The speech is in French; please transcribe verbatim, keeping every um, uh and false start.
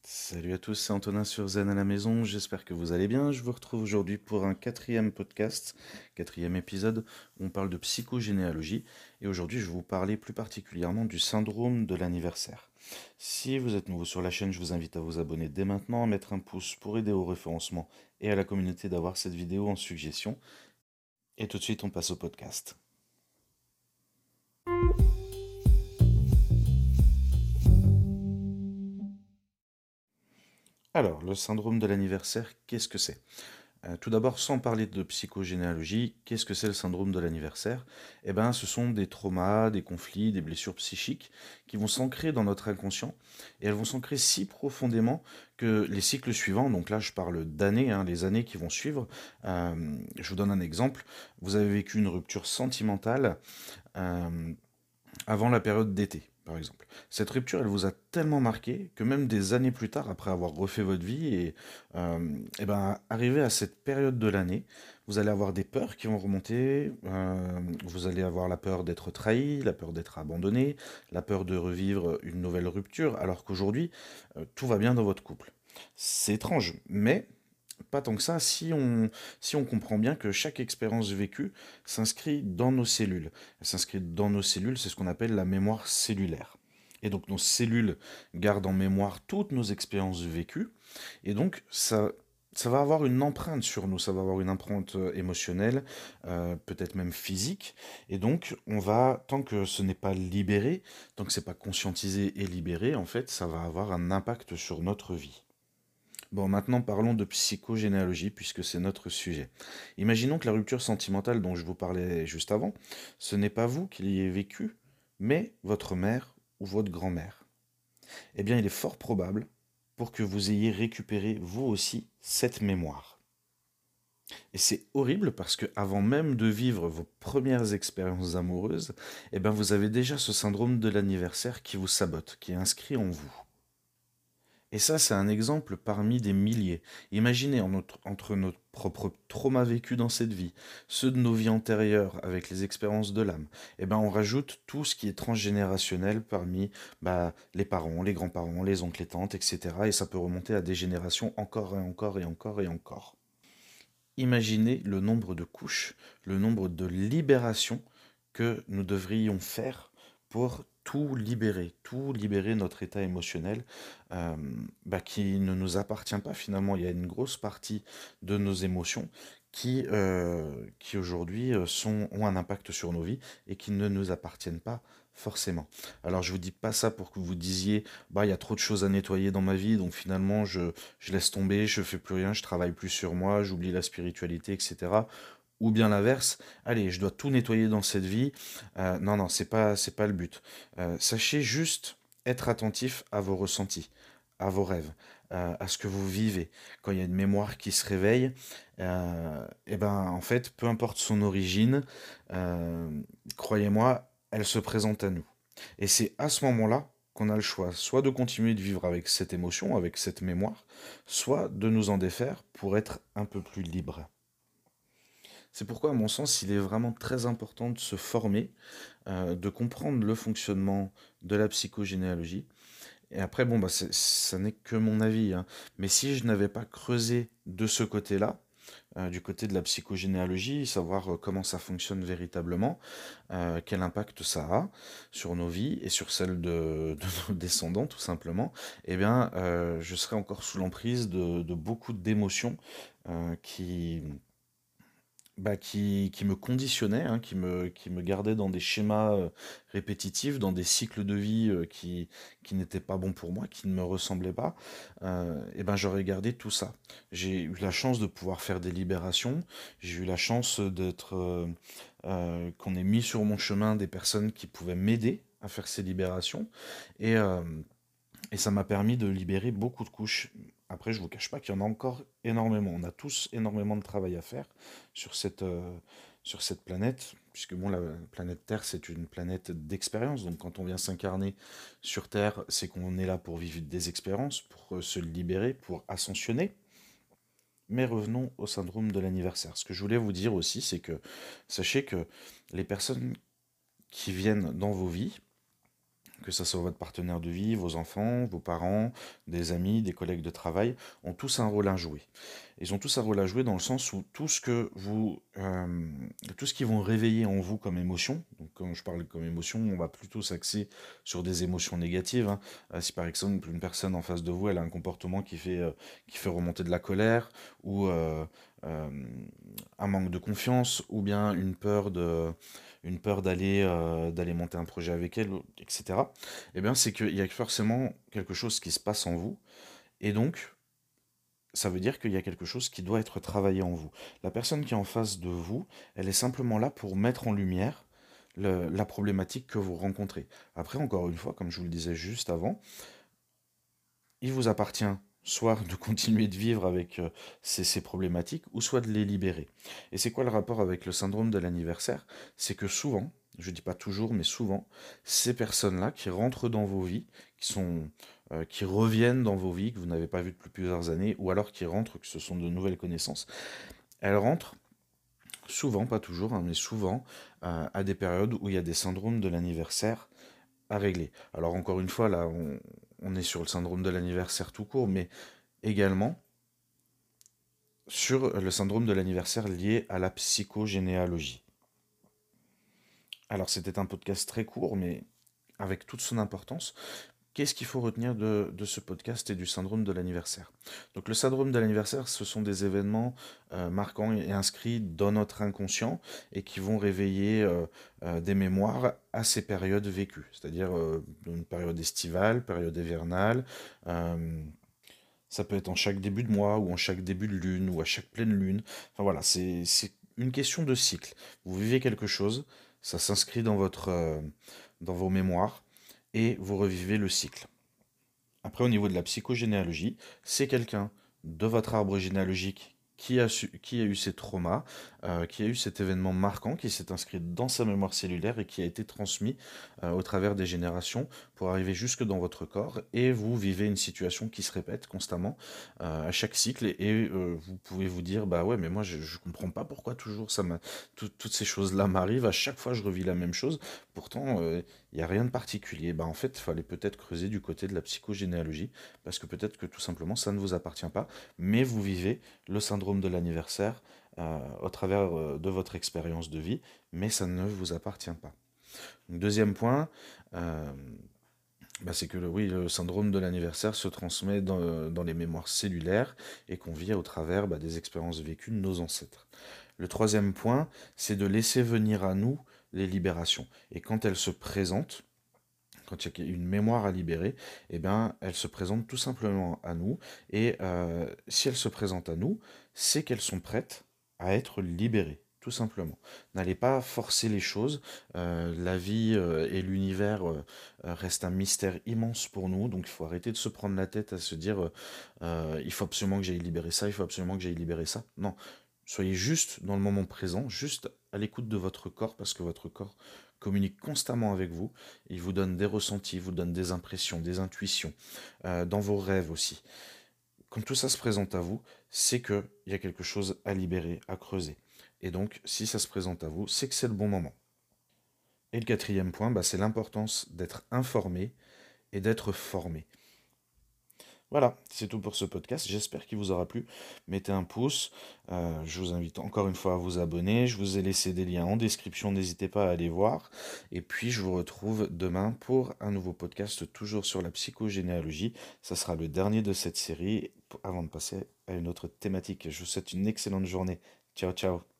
Salut à tous, c'est Antonin sur Zen à la maison, j'espère que vous allez bien. Je vous retrouve aujourd'hui pour un quatrième podcast, quatrième épisode, où on parle de psychogénéalogie. Et aujourd'hui, je vais vous parler plus particulièrement du syndrome de l'anniversaire. Si vous êtes nouveau sur la chaîne, je vous invite à vous abonner dès maintenant, à mettre un pouce pour aider au référencement et à la communauté d'avoir cette vidéo en suggestion. Et tout de suite, on passe au podcast. Alors, le syndrome de l'anniversaire, qu'est-ce que c'est? Euh, tout d'abord, sans parler de psychogénéalogie, qu'est-ce que c'est le syndrome de l'anniversaire? Eh bien, ce sont des traumas, des conflits, des blessures psychiques qui vont s'ancrer dans notre inconscient et elles vont s'ancrer si profondément que les cycles suivants, donc là je parle d'années, hein, les années qui vont suivre, euh, je vous donne un exemple, vous avez vécu une rupture sentimentale, euh, avant la période d'été, par exemple. Cette rupture, elle vous a tellement marqué que même des années plus tard, après avoir refait votre vie, et, euh, et ben, arrivé à cette période de l'année, vous allez avoir des peurs qui vont remonter. Euh, vous allez avoir la peur d'être trahi, la peur d'être abandonné, la peur de revivre une nouvelle rupture, alors qu'aujourd'hui, euh, tout va bien dans votre couple. C'est étrange, mais pas tant que ça si on, si on comprend bien que chaque expérience vécue s'inscrit dans nos cellules. Elle s'inscrit dans nos cellules, c'est ce qu'on appelle la mémoire cellulaire. Et donc nos cellules gardent en mémoire toutes nos expériences vécues, et donc ça, ça va avoir une empreinte sur nous, ça va avoir une empreinte euh, émotionnelle, euh, peut-être même physique, et donc on va, tant que ce n'est pas libéré, tant que c'est pas conscientisé et libéré, en fait, ça va avoir un impact sur notre vie. Bon, maintenant parlons de psychogénéalogie puisque c'est notre sujet. Imaginons que la rupture sentimentale dont je vous parlais juste avant, ce n'est pas vous qui l'ayez vécue, mais votre mère ou votre grand-mère. Eh bien, il est fort probable pour que vous ayez récupéré vous aussi cette mémoire. Et c'est horrible parce que avant même de vivre vos premières expériences amoureuses, eh bien, vous avez déjà ce syndrome de l'anniversaire qui vous sabote, qui est inscrit en vous. Et ça, c'est un exemple parmi des milliers. Imaginez en notre- entre nos propres traumas vécus dans cette vie, ceux de nos vies antérieures avec les expériences de l'âme, et ben on rajoute tout ce qui est transgénérationnel parmi bah, les parents, les grands-parents, les oncles et tantes, et cetera. Et ça peut remonter à des générations encore et encore et encore et encore. Imaginez le nombre de couches, le nombre de libérations que nous devrions faire pour tout libérer, tout libérer notre état émotionnel euh, bah, qui ne nous appartient pas finalement. Il y a une grosse partie de nos émotions qui, euh, qui aujourd'hui euh, sont, ont un impact sur nos vies et qui ne nous appartiennent pas forcément. Alors je vous dis pas ça pour que vous disiez bah il y a trop de choses à nettoyer dans ma vie donc finalement je, je laisse tomber, je fais plus rien, je travaille plus sur moi, j'oublie la spiritualité, et cetera. Ou bien l'inverse, allez, je dois tout nettoyer dans cette vie. Euh, non, non, c'est pas, c'est pas le but. Euh, sachez juste être attentif à vos ressentis, à vos rêves, euh, à ce que vous vivez. Quand il y a une mémoire qui se réveille, euh, et ben en fait, peu importe son origine, euh, croyez-moi, elle se présente à nous. Et c'est à ce moment-là qu'on a le choix, soit de continuer de vivre avec cette émotion, avec cette mémoire, soit de nous en défaire pour être un peu plus libre. C'est pourquoi, à mon sens, il est vraiment très important de se former, euh, de comprendre le fonctionnement de la psychogénéalogie. Et après, bon, bah, c'est- ça n'est que mon avis, hein. Mais si je n'avais pas creusé de ce côté-là, euh, du côté de la psychogénéalogie, savoir euh, comment ça fonctionne véritablement, euh, quel impact ça a sur nos vies et sur celles de, de nos descendants, tout simplement, eh bien, euh, je serais encore sous l'emprise de, de beaucoup d'émotions euh, qui, bah, qui, qui me conditionnait, hein, qui me, qui me gardait dans des schémas euh, répétitifs, dans des cycles de vie euh, qui, qui n'étaient pas bons pour moi, qui ne me ressemblaient pas, euh, et ben j'aurais gardé tout ça. J'ai eu la chance de pouvoir faire des libérations, j'ai eu la chance d'être, euh, euh, qu'on ait mis sur mon chemin des personnes qui pouvaient m'aider à faire ces libérations, et, euh, et ça m'a permis de libérer beaucoup de couches. Après, je vous cache pas qu'il y en a encore énormément. On a tous énormément de travail à faire sur cette, euh, sur cette planète, puisque bon, la planète Terre, c'est une planète d'expérience. Donc quand on vient s'incarner sur Terre, c'est qu'on est là pour vivre des expériences, pour euh, se libérer, pour ascensionner. Mais revenons au syndrome de l'anniversaire. Ce que je voulais vous dire aussi, c'est que sachez que les personnes qui viennent dans vos vies, que ça soit votre partenaire de vie, vos enfants, vos parents, des amis, des collègues de travail, ont tous un rôle à jouer. Ils ont tous un rôle à jouer dans le sens où tout ce que vous, euh, tout ce qu'ils vont réveiller en vous comme émotion, donc quand je parle comme émotion, on va plutôt s'axer sur des émotions négatives, hein. Euh, si par exemple une personne en face de vous, elle a un comportement qui fait, euh, qui fait remonter de la colère, ou euh, euh, un manque de confiance, ou bien une peur de, une peur d'aller euh, d'aller monter un projet avec elle, et cetera. Eh bien, c'est qu'il y a forcément quelque chose qui se passe en vous, et donc ça veut dire qu'il y a quelque chose qui doit être travaillé en vous. La personne qui est en face de vous, elle est simplement là pour mettre en lumière le- la problématique que vous rencontrez. Après, encore une fois, comme je vous le disais juste avant, il vous appartient soit de continuer de vivre avec euh, ces, ces problématiques, ou soit de les libérer. Et c'est quoi le rapport avec le syndrome de l'anniversaire? C'est que souvent, je dis pas toujours, mais souvent, ces personnes-là qui rentrent dans vos vies, qui sont, euh, qui reviennent dans vos vies, que vous n'avez pas vues depuis plusieurs années, ou alors qui rentrent, que ce sont de nouvelles connaissances, elles rentrent souvent, pas toujours, hein, mais souvent, euh, à des périodes où il y a des syndromes de l'anniversaire à régler. Alors encore une fois, là, on, on est sur le syndrome de l'anniversaire tout court, mais également sur le syndrome de l'anniversaire lié à la psychogénéalogie. Alors c'était un podcast très court, mais avec toute son importance. Qu'est-ce qu'il faut retenir de, de ce podcast et du syndrome de l'anniversaire? Donc le syndrome de l'anniversaire, ce sont des événements euh, marquants et inscrits dans notre inconscient et qui vont réveiller euh, euh, des mémoires à ces périodes vécues, c'est-à-dire euh, une période estivale, période hivernale. euh, Ça peut être en chaque début de mois ou en chaque début de lune ou à chaque pleine lune. Enfin voilà, c'est c'est une question de cycle. Vous vivez quelque chose, ça s'inscrit dans votre euh, dans vos mémoires et vous revivez le cycle. Après, au niveau de la psychogénéalogie, c'est quelqu'un de votre arbre généalogique qui a, su- qui a eu ces traumas, euh, qui a eu cet événement marquant, qui s'est inscrit dans sa mémoire cellulaire et qui a été transmis euh, au travers des générations pour arriver jusque dans votre corps. Et vous vivez une situation qui se répète constamment euh, à chaque cycle. Et, et, euh, vous pouvez vous dire, bah ouais, mais moi je, je comprends pas pourquoi toujours ça m'a, tout- toutes ces choses-là m'arrivent. À chaque fois, je revis la même chose. Pourtant, euh, il n'y a rien de particulier. Bah, en fait, il fallait peut-être creuser du côté de la psychogénéalogie, parce que peut-être que tout simplement, ça ne vous appartient pas, mais vous vivez le syndrome de l'anniversaire euh, au travers euh, de votre expérience de vie, mais ça ne vous appartient pas. Donc, deuxième point, euh, bah, c'est que le, oui, le syndrome de l'anniversaire se transmet dans, dans les mémoires cellulaires et qu'on vit au travers bah, des expériences vécues de nos ancêtres. Le troisième point, c'est de laisser venir à nous les libérations. Et quand elles se présentent, quand il y a une mémoire à libérer, eh bien, elle se présente tout simplement à nous. Et euh, si elles se présentent à nous, c'est qu'elles sont prêtes à être libérées, tout simplement. N'allez pas forcer les choses. Euh, la vie euh, et l'univers euh, euh, restent un mystère immense pour nous. Donc il faut arrêter de se prendre la tête à se dire euh, euh, il faut absolument que j'aille libérer ça, il faut absolument que j'aille libérer ça. Non. Soyez juste dans le moment présent, juste à l'écoute de votre corps, parce que votre corps communique constamment avec vous. Il vous donne des ressentis, il vous donne des impressions, des intuitions, euh, dans vos rêves aussi. Quand tout ça se présente à vous, c'est qu'il y a quelque chose à libérer, à creuser. Et donc, si ça se présente à vous, c'est que c'est le bon moment. Et le quatrième point, bah, c'est l'importance d'être informé et d'être formé. Voilà, c'est tout pour ce podcast. J'espère qu'il vous aura plu. Mettez un pouce. Euh, je vous invite encore une fois à vous abonner. Je vous ai laissé des liens en description. N'hésitez pas à aller voir. Et puis, je vous retrouve demain pour un nouveau podcast, toujours sur la psychogénéalogie. Ça sera le dernier de cette série avant de passer à une autre thématique. Je vous souhaite une excellente journée. Ciao, ciao.